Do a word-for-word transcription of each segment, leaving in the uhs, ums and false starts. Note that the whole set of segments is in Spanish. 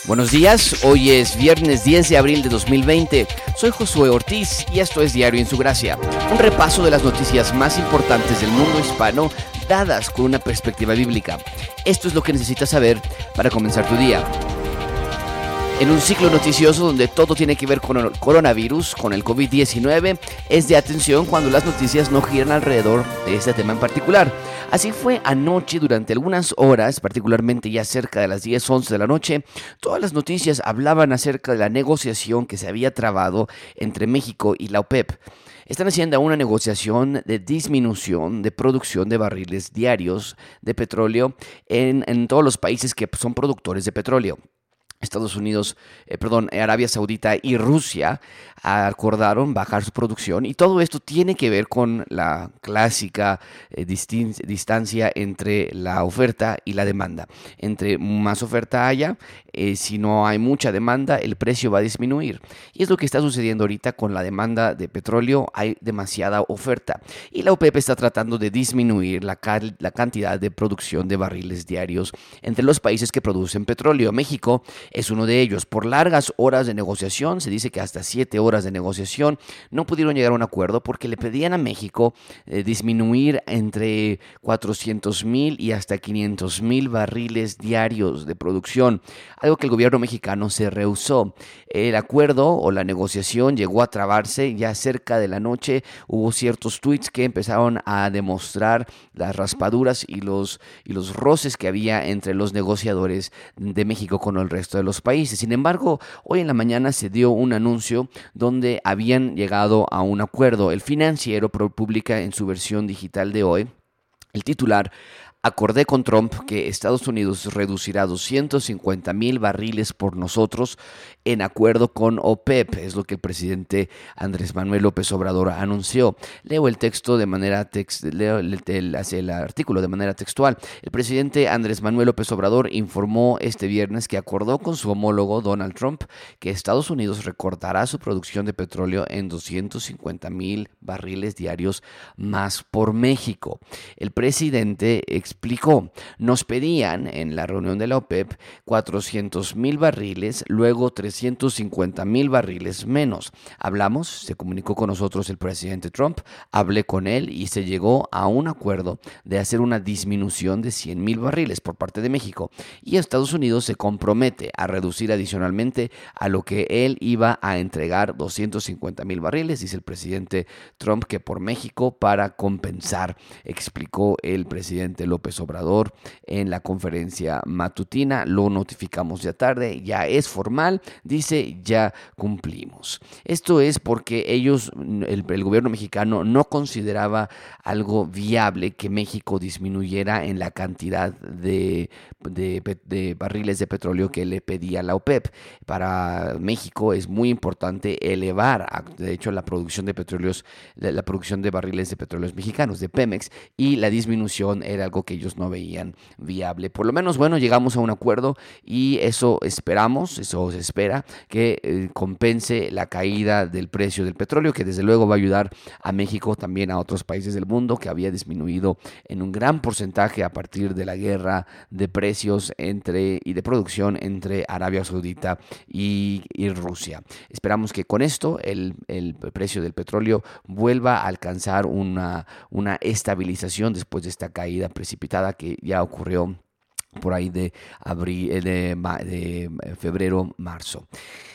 Buenos días, hoy es viernes diez de abril de dos mil veinte. Soy Josué Ortiz y esto es Diario en su Gracia, un repaso de las noticias más importantes del mundo hispano dadas con una perspectiva bíblica. Esto es lo que necesitas saber para comenzar tu día. En un ciclo noticioso donde todo tiene que ver con el coronavirus, con el covid diecinueve, es de atención cuando las noticias no giran alrededor de este tema en particular. Así fue anoche durante algunas horas, particularmente ya cerca de las diez, once de la noche, todas las noticias hablaban acerca de la negociación que se había trabado entre México y la OPEP. Están haciendo una negociación de disminución de producción de barriles diarios de petróleo en, en todos los países que son productores de petróleo. Estados Unidos, eh, perdón, Arabia Saudita y Rusia acordaron bajar su producción y todo esto tiene que ver con la clásica eh, distin- distancia entre la oferta y la demanda. Entre más oferta haya, eh, si no hay mucha demanda, el precio va a disminuir. Y es lo que está sucediendo ahorita con la demanda de petróleo, hay demasiada oferta. Y la OPEP está tratando de disminuir la, cal- la cantidad de producción de barriles diarios entre los países que producen petróleo. México es uno de ellos. Por largas horas de negociación, se dice que hasta siete horas de negociación, no pudieron llegar a un acuerdo porque le pedían a México eh, disminuir entre cuatrocientos mil y hasta quinientos mil barriles diarios de producción, algo que el gobierno mexicano se rehusó. El acuerdo o la negociación llegó a trabarse ya cerca de la noche. Hubo ciertos tweets que empezaron a demostrar las raspaduras y los, y los roces que había entre los negociadores de México con el resto de los países. Sin embargo, hoy en la mañana se dio un anuncio donde habían llegado a un acuerdo. El Financiero publica en su versión digital de hoy el titular: acordé con Trump que Estados Unidos reducirá doscientos cincuenta mil barriles por nosotros en acuerdo con OPEP. Es lo que el presidente Andrés Manuel López Obrador anunció. Leo el texto de manera text, leo el, el, el artículo de manera textual. El presidente Andrés Manuel López Obrador informó este viernes que acordó con su homólogo Donald Trump que Estados Unidos recortará su producción de petróleo en doscientos cincuenta mil barriles diarios más por México. El presidente explicó: nos pedían en la reunión de la OPEP cuatrocientos mil barriles, luego trescientos cincuenta mil barriles menos. Hablamos, se comunicó con nosotros el presidente Trump, hablé con él y se llegó a un acuerdo de hacer una disminución de cien mil barriles por parte de México, y Estados Unidos se compromete a reducir adicionalmente a lo que él iba a entregar doscientos cincuenta mil barriles, dice el presidente Trump, que por México para compensar, explicó el presidente López Obrador en la conferencia matutina. Lo notificamos ya tarde, ya es formal, dice, ya cumplimos. Esto es porque ellos, el, el gobierno mexicano no consideraba algo viable que México disminuyera en la cantidad de, de, de barriles de petróleo que le pedía la OPEP. Para México es muy importante elevar, de hecho, la producción de petróleos, la, la producción de barriles de petróleos mexicanos, de Pemex, y la disminución era algo que ellos no veían viable. Por lo menos, bueno, llegamos a un acuerdo y eso esperamos, eso se espera que eh, compense la caída del precio del petróleo, que desde luego va a ayudar a México, también a otros países del mundo, que había disminuido en un gran porcentaje a partir de la guerra de precios entre y de producción entre Arabia Saudita y, y Rusia. Esperamos que con esto el, el precio del petróleo vuelva a alcanzar una, una estabilización después de esta caída precipitada que ya ocurrió por ahí de, abril, de, de febrero, marzo.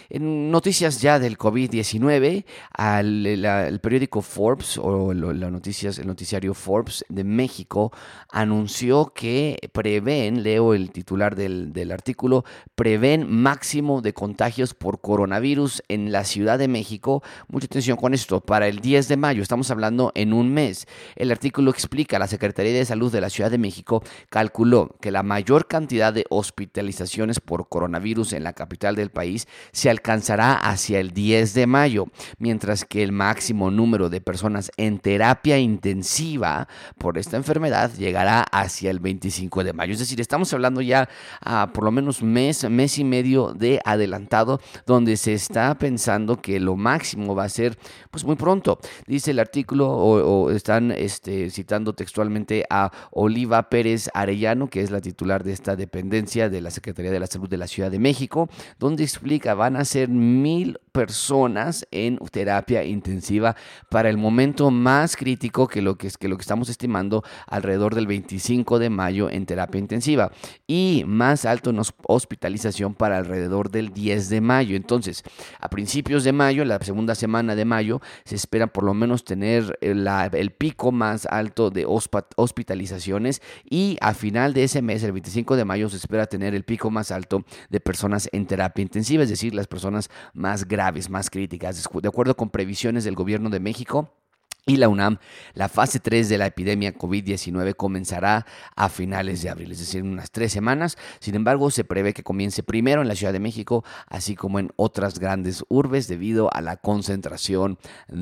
En noticias ya del covid diecinueve, al, la, el periódico Forbes o lo, la noticias, el noticiario Forbes de México anunció que prevén, leo el titular del, del artículo, prevén máximo de contagios por coronavirus en la Ciudad de México. Mucha atención con esto, para el diez de mayo, estamos hablando en un mes. El artículo explica: la Secretaría de Salud de la Ciudad de México calculó que la mayor cantidad de hospitalizaciones por coronavirus en la capital del país se alcanzará hacia el diez de mayo, mientras que el máximo número de personas en terapia intensiva por esta enfermedad llegará hacia el veinticinco de mayo. Es decir, estamos hablando ya a por lo menos mes, mes y medio de adelantado, donde se está pensando que lo máximo va a ser pues muy pronto. Dice el artículo, o, o están este, citando textualmente a Oliva Pérez Arellano, que es la titular titular de esta dependencia de la Secretaría de la Salud de la Ciudad de México, donde explica van a ser mil personas en terapia intensiva para el momento más crítico que lo que, es, que lo que estamos estimando alrededor del veinticinco de mayo en terapia intensiva y más alto en hospitalización para alrededor del diez de mayo. Entonces, a principios de mayo, la segunda semana de mayo, se espera por lo menos tener la, el pico más alto de hospitalizaciones y a final de ese mes, el veinticinco de mayo, se espera tener el pico más alto de personas en terapia intensiva, es decir, las personas más graves, más críticas. De acuerdo con previsiones del Gobierno de México y la UNAM, la fase tres de la epidemia COVID diecinueve comenzará a finales de abril, es decir, en unas tres semanas. Sin embargo, se prevé que comience primero en la Ciudad de México, así como en otras grandes urbes, debido a la concentración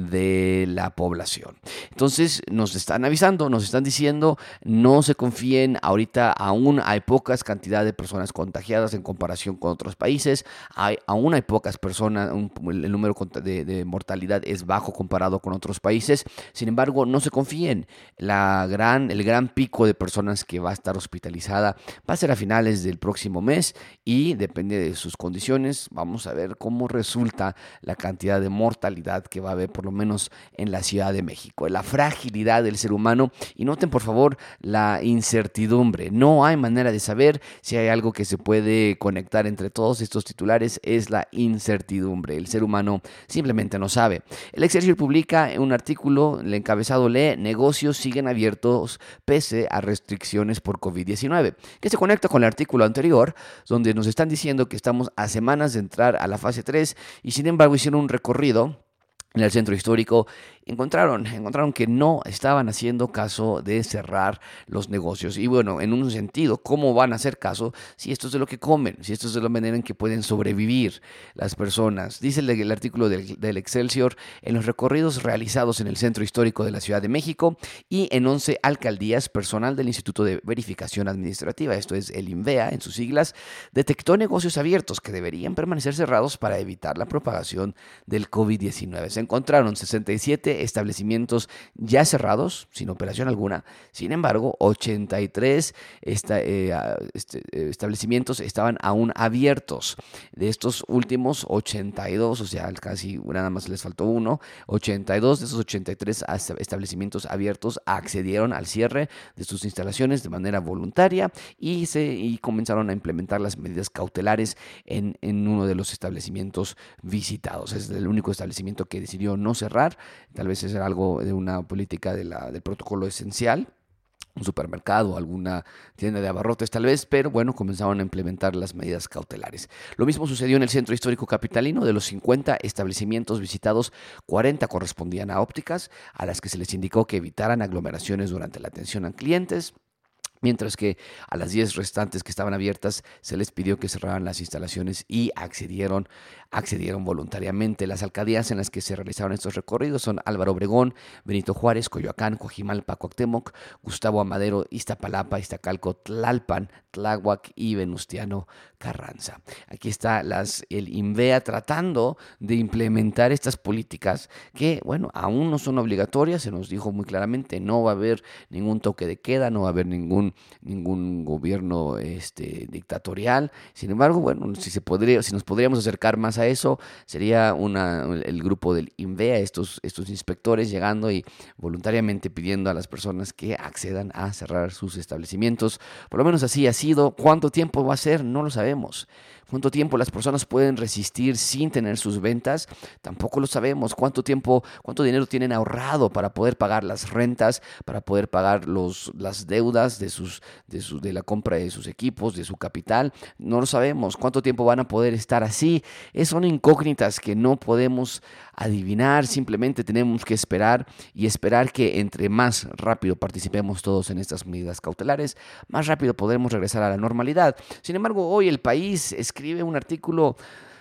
de la población. Entonces, nos están avisando, nos están diciendo, no se confíen, ahorita aún hay pocas cantidad de personas contagiadas en comparación con otros países, hay, aún hay pocas personas, un, el número de, de mortalidad es bajo comparado con otros países. Sin embargo, no se confíen, la gran, el gran pico de personas que va a estar hospitalizada va a ser a finales del próximo mes y depende de sus condiciones. Vamos a ver cómo resulta la cantidad de mortalidad que va a haber por lo menos en la Ciudad de México. La fragilidad del ser humano y noten por favor la incertidumbre. No hay manera de saber si hay algo que se puede conectar entre todos estos titulares, es la incertidumbre. El ser humano simplemente no sabe. El Excelsior publica un artículo. El encabezado lee: negocios siguen abiertos pese a restricciones por COVID diecinueve, que se conecta con el artículo anterior, donde nos están diciendo que estamos a semanas de entrar a la fase tres y sin embargo hicieron un recorrido en el centro histórico. Encontraron, encontraron que no estaban haciendo caso de cerrar los negocios. Y bueno, en un sentido, ¿cómo van a hacer caso si esto es de lo que comen? Si esto es de la manera en que pueden sobrevivir las personas. Dice el, el artículo del, del Excelsior: en los recorridos realizados en el centro histórico de la Ciudad de México y en once alcaldías, personal del Instituto de Verificación Administrativa, esto es el INVEA en sus siglas, detectó negocios abiertos que deberían permanecer cerrados para evitar la propagación del COVID diecinueve. Se encontraron sesenta y siete establecimientos ya cerrados, sin operación alguna. Sin embargo, ochenta y tres esta, eh, este, establecimientos estaban aún abiertos. De estos últimos ochenta y dos, o sea, casi nada más les faltó uno, ochenta y dos de esos ochenta y tres establecimientos abiertos accedieron al cierre de sus instalaciones de manera voluntaria y, se, y comenzaron a implementar las medidas cautelares en, en uno de los establecimientos visitados. Es el único establecimiento que decidió no cerrar. Tal vez es algo de una política de la, del protocolo esencial, un supermercado, alguna tienda de abarrotes tal vez, pero bueno, comenzaron a implementar las medidas cautelares. Lo mismo sucedió en el centro histórico capitalino. De los cincuenta establecimientos visitados, cuarenta correspondían a ópticas, a las que se les indicó que evitaran aglomeraciones durante la atención a clientes, mientras que a las diez restantes que estaban abiertas se les pidió que cerraran las instalaciones y accedieron, accedieron voluntariamente. Las alcaldías en las que se realizaron estos recorridos son Álvaro Obregón, Benito Juárez, Coyoacán, Coajimalpa, Cuauhtémoc, Gustavo Amadero, Iztapalapa, Iztacalco, Tlalpan, Tláhuac y Venustiano Carranza. Aquí está las, el INVEA tratando de implementar estas políticas que, bueno, aún no son obligatorias. Se nos dijo muy claramente, no va a haber ningún toque de queda, no va a haber ningún ningún gobierno este, dictatorial. Sin embargo, bueno, si se podría, si nos podríamos acercar más a eso, sería una, el grupo del INVEA, estos, estos inspectores llegando y voluntariamente pidiendo a las personas que accedan a cerrar sus establecimientos. Por lo menos así ha sido. ¿Cuánto tiempo va a ser? No lo sabemos. ¿Cuánto tiempo las personas pueden resistir sin tener sus ventas? Tampoco lo sabemos. ¿Cuánto tiempo, cuánto dinero tienen ahorrado para poder pagar las rentas, para poder pagar los, las deudas de, sus, de, su, de la compra de sus equipos, de su capital? No lo sabemos. ¿Cuánto tiempo van a poder estar así? Es, son incógnitas que no podemos adivinar. Simplemente tenemos que esperar y esperar que entre más rápido participemos todos en estas medidas cautelares, más rápido podremos regresar a la normalidad. Sin embargo, hoy El País escribe un artículo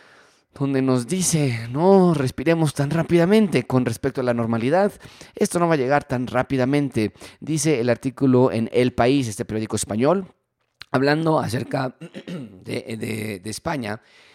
donde nos dice: no respiremos tan rápidamente con respecto a la normalidad. Esto no va a llegar tan rápidamente, dice el artículo en El País, este periódico español, hablando acerca de, de, de España.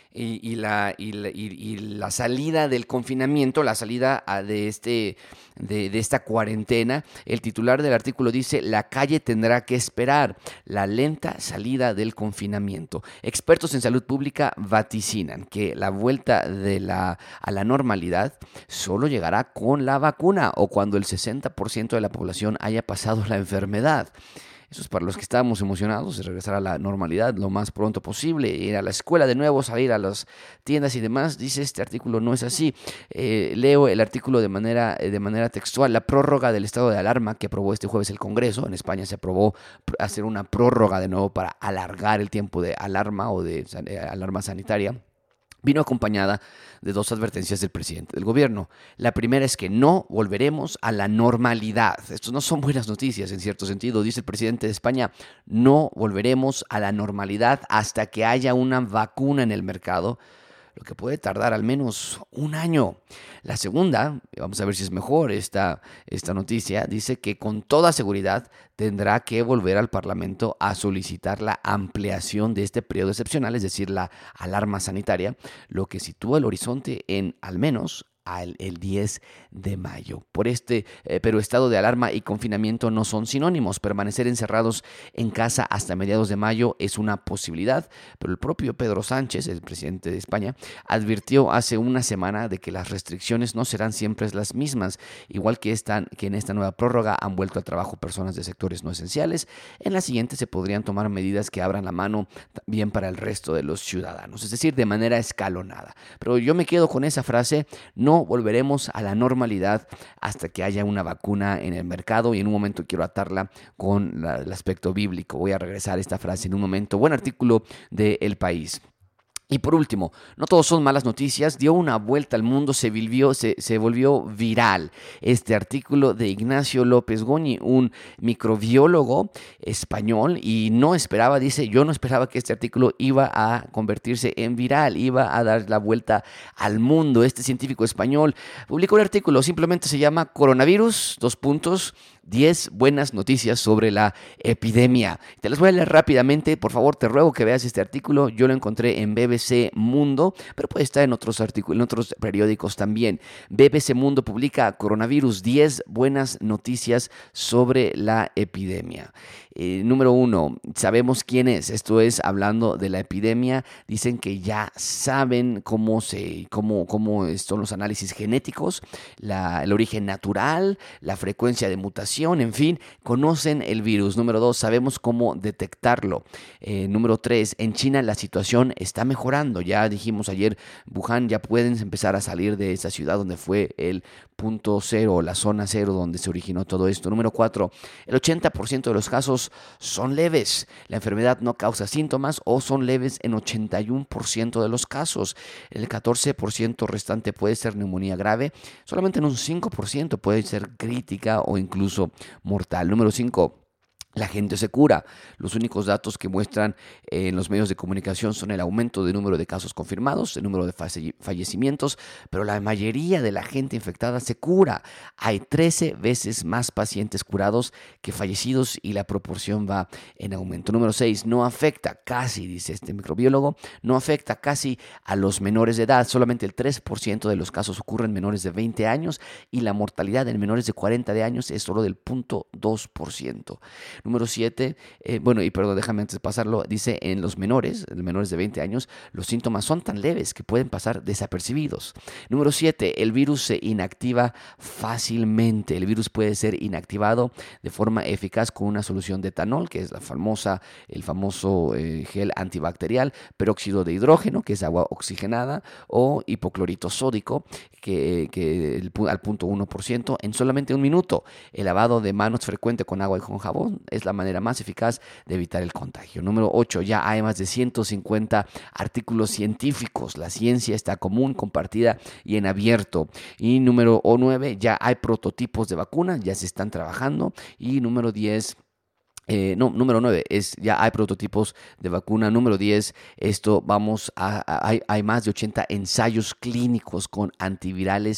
y, y, la, y, la, y, y la salida del confinamiento, la salida a, de, este, de, de esta cuarentena. El titular del artículo dice: la calle tendrá que esperar la lenta salida del confinamiento. Expertos en salud pública vaticinan que la vuelta de la, a la normalidad solo llegará con la vacuna o cuando el sesenta por ciento de la población haya pasado la enfermedad. Eso es para los que estábamos emocionados de regresar a la normalidad lo más pronto posible, ir a la escuela de nuevo, salir a las tiendas y demás. Dice este artículo, no es así. Eh, leo el artículo de manera, de manera textual. La prórroga del estado de alarma que aprobó este jueves el Congreso, en España se aprobó hacer una prórroga de nuevo para alargar el tiempo de alarma o de eh, alarma sanitaria. Vino acompañada de dos advertencias del presidente del gobierno. La primera es que no volveremos a la normalidad. Estos no son buenas noticias en cierto sentido. Dice el presidente de España: no volveremos a la normalidad hasta que haya una vacuna en el mercado, lo que puede tardar al menos un año. La segunda, vamos a ver si es mejor esta, esta noticia, dice que con toda seguridad tendrá que volver al Parlamento a solicitar la ampliación de este periodo excepcional, es decir, la alarma sanitaria, lo que sitúa el horizonte en al menos al el diez de mayo. Por este, eh, pero estado de alarma y confinamiento no son sinónimos. Permanecer encerrados en casa hasta mediados de mayo es una posibilidad, pero el propio Pedro Sánchez, el presidente de España, advirtió hace una semana de que las restricciones no serán siempre las mismas, igual que, están, que en esta nueva prórroga han vuelto al trabajo personas de sectores no esenciales. En la siguiente se podrían tomar medidas que abran la mano también para el resto de los ciudadanos, es decir, de manera escalonada. Pero yo me quedo con esa frase: no volveremos a la normalidad hasta que haya una vacuna en el mercado, y en un momento quiero atarla con la, el aspecto bíblico. Voy a regresar a esta frase en un momento. Buen artículo de El País. Y por último, no todos son malas noticias. Dio una vuelta al mundo, se volvió, se, se volvió viral este artículo de Ignacio López Goñi, un microbiólogo español, y no esperaba, dice, yo no esperaba que este artículo iba a convertirse en viral, iba a dar la vuelta al mundo. Este científico español publicó un artículo, simplemente se llama Coronavirus, dos puntos, diez buenas noticias sobre la epidemia. Te las voy a leer rápidamente, por favor, te ruego que veas este artículo. Yo lo encontré en B B C Mundo, pero puede estar en otros artículos, en otros periódicos también. B B C Mundo publica Coronavirus, diez buenas noticias sobre la epidemia. Eh, número uno, sabemos quién es. Esto es hablando de la epidemia. Dicen que ya saben cómo se, cómo, cómo son los análisis genéticos, la, el origen natural, la frecuencia de mutación, en fin, conocen el virus. Número dos, sabemos cómo detectarlo. Eh, número tres, en China la situación está mejorando. Ya dijimos ayer, Wuhan, ya pueden empezar a salir de esa ciudad donde fue el punto cero, la zona cero donde se originó todo esto. Número cuatro, el ochenta por ciento de los casos son leves. La enfermedad no causa síntomas o son leves en ochenta y uno por ciento de los casos. El catorce por ciento restante puede ser neumonía grave. Solamente en un cinco por ciento puede ser crítica o incluso mortal. Número cinco. La gente se cura. Los únicos datos que muestran eh, en los medios de comunicación son el aumento del número de casos confirmados, el número de falle- fallecimientos, pero la mayoría de la gente infectada se cura. Hay trece veces más pacientes curados que fallecidos y la proporción va en aumento. Número seis, no afecta casi, dice este microbiólogo, no afecta casi a los menores de edad. Solamente el tres por ciento de los casos ocurren en menores de veinte años y la mortalidad en menores de cuarenta de años es solo del cero punto dos por ciento. Número siete, eh, bueno, y perdón, déjame antes de pasarlo, dice en los menores, en menores de veinte años, los síntomas son tan leves que pueden pasar desapercibidos. Número siete, el virus se inactiva fácilmente. El virus puede ser inactivado de forma eficaz con una solución de etanol, que es la famosa, el famoso eh, gel antibacterial, peróxido de hidrógeno, que es agua oxigenada, o hipoclorito sódico, que, que el, al punto uno por ciento en solamente un minuto. El lavado de manos frecuente con agua y con jabón es la manera más eficaz de evitar el contagio. Número ocho, ya hay más de ciento cincuenta artículos científicos. La ciencia está común, compartida y en abierto. Y número nueve, ya hay prototipos de vacunas, ya se están trabajando. Y número diez, Eh, no, número nueve, es, ya hay prototipos de vacuna. Número diez, esto vamos a, a hay, hay más de ochenta ensayos clínicos con antivirales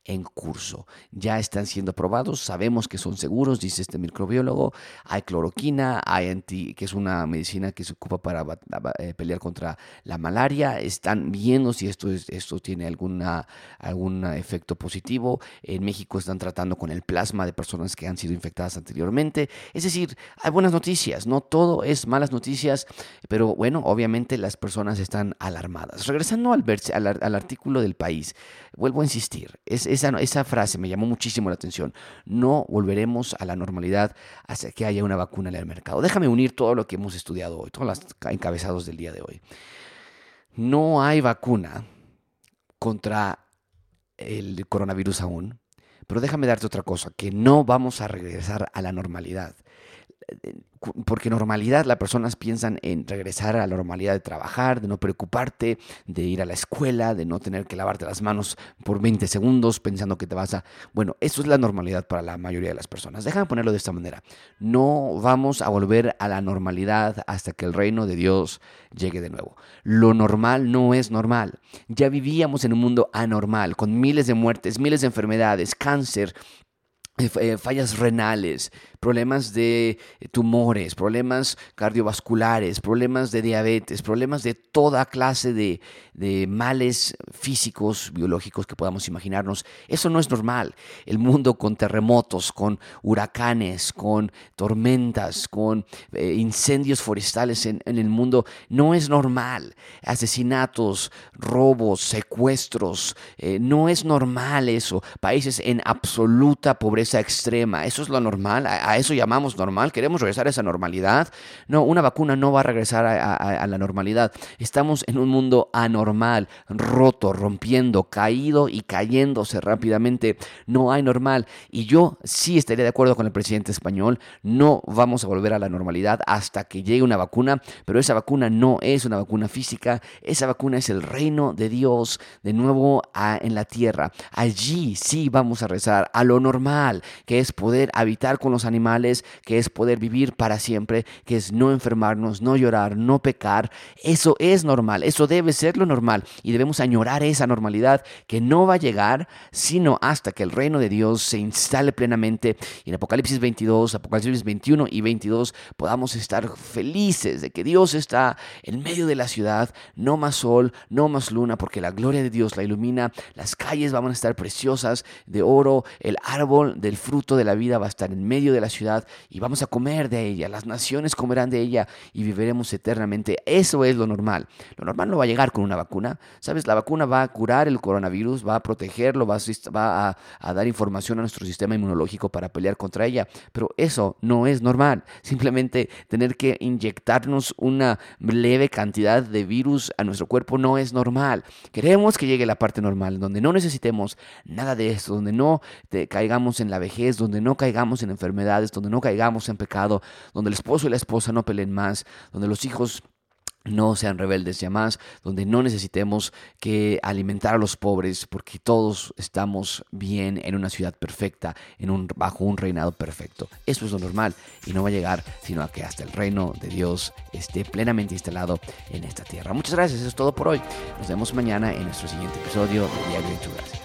en curso. Ya están siendo probados, sabemos que son seguros, dice este microbiólogo. Hay cloroquina, hay anti, que es una medicina que se ocupa para eh, pelear contra la malaria. Están viendo si esto, es, esto tiene alguna, algún efecto positivo. En México están tratando con el plasma de personas que han sido infectadas anteriormente. Es decir, hay buenas noticias, no todo es malas noticias, pero bueno, obviamente las personas están alarmadas. Regresando al, vers- al, al artículo del País, vuelvo a insistir, es, esa, esa frase me llamó muchísimo la atención. No volveremos a la normalidad hasta que haya una vacuna en el mercado. Déjame unir todo lo que hemos estudiado hoy, todos los encabezados del día de hoy. No hay vacuna contra el coronavirus aún, pero déjame darte otra cosa, que no vamos a regresar a la normalidad. Porque normalidad, las personas piensan en regresar a la normalidad de trabajar, de no preocuparte, de ir a la escuela, de no tener que lavarte las manos por veinte segundos pensando que te vas a... Bueno, eso es la normalidad para la mayoría de las personas. Déjame ponerlo de esta manera. No vamos a volver a la normalidad hasta que el reino de Dios llegue de nuevo. Lo normal no es normal. Ya vivíamos en un mundo anormal, con miles de muertes, miles de enfermedades, cáncer, Eh, fallas renales, problemas de tumores, problemas cardiovasculares, problemas de diabetes, problemas de toda clase de, de males físicos, biológicos que podamos imaginarnos. Eso no es normal. El mundo con terremotos, con huracanes, con tormentas, con eh, incendios forestales en, en el mundo, no es normal. Asesinatos, robos, secuestros, eh, no es normal eso. Países en absoluta pobreza extrema, eso es lo normal, a, a eso llamamos normal. ¿Queremos regresar a esa normalidad? No, una vacuna no va a regresar a, a, a la normalidad. Estamos en un mundo anormal, roto, rompiendo, caído y cayéndose rápidamente. No hay normal, y yo sí estaría de acuerdo con el presidente español. No vamos a volver a la normalidad hasta que llegue una vacuna, pero esa vacuna no es una vacuna física, esa vacuna es el reino de Dios de nuevo a, en la tierra. Allí sí vamos a regresar a lo normal, que es poder habitar con los animales, que es poder vivir para siempre, que es no enfermarnos, no llorar, no pecar. Eso es normal, eso debe ser lo normal, y debemos añorar esa normalidad que no va a llegar sino hasta que el reino de Dios se instale plenamente. Y en Apocalipsis veintidós, Apocalipsis veintiuno y veintidós podamos estar felices de que Dios está en medio de la ciudad. No más sol, no más luna, porque la gloria de Dios la ilumina. Las calles van a estar preciosas de oro, el árbol del fruto de la vida va a estar en medio de la ciudad y vamos a comer de ella. Las naciones comerán de ella y viviremos eternamente. Eso es lo normal. Lo normal no va a llegar con una vacuna. ¿Sabes? La vacuna va a curar el coronavirus, va a protegerlo, va a, va a, a dar información a nuestro sistema inmunológico para pelear contra ella. Pero eso no es normal. Simplemente tener que inyectarnos una leve cantidad de virus a nuestro cuerpo no es normal. Queremos que llegue la parte normal, donde no necesitemos nada de esto, donde no te caigamos en la vejez, donde no caigamos en enfermedades, donde no caigamos en pecado, donde el esposo y la esposa no peleen más, donde los hijos no sean rebeldes ya más, donde no necesitemos que alimentar a los pobres, porque todos estamos bien en una ciudad perfecta, en un, bajo un reinado perfecto. Eso es lo normal y no va a llegar sino a que hasta el reino de Dios esté plenamente instalado en esta tierra. Muchas gracias, eso es todo por hoy. Nos vemos mañana en nuestro siguiente episodio de Diario en tu Gracia.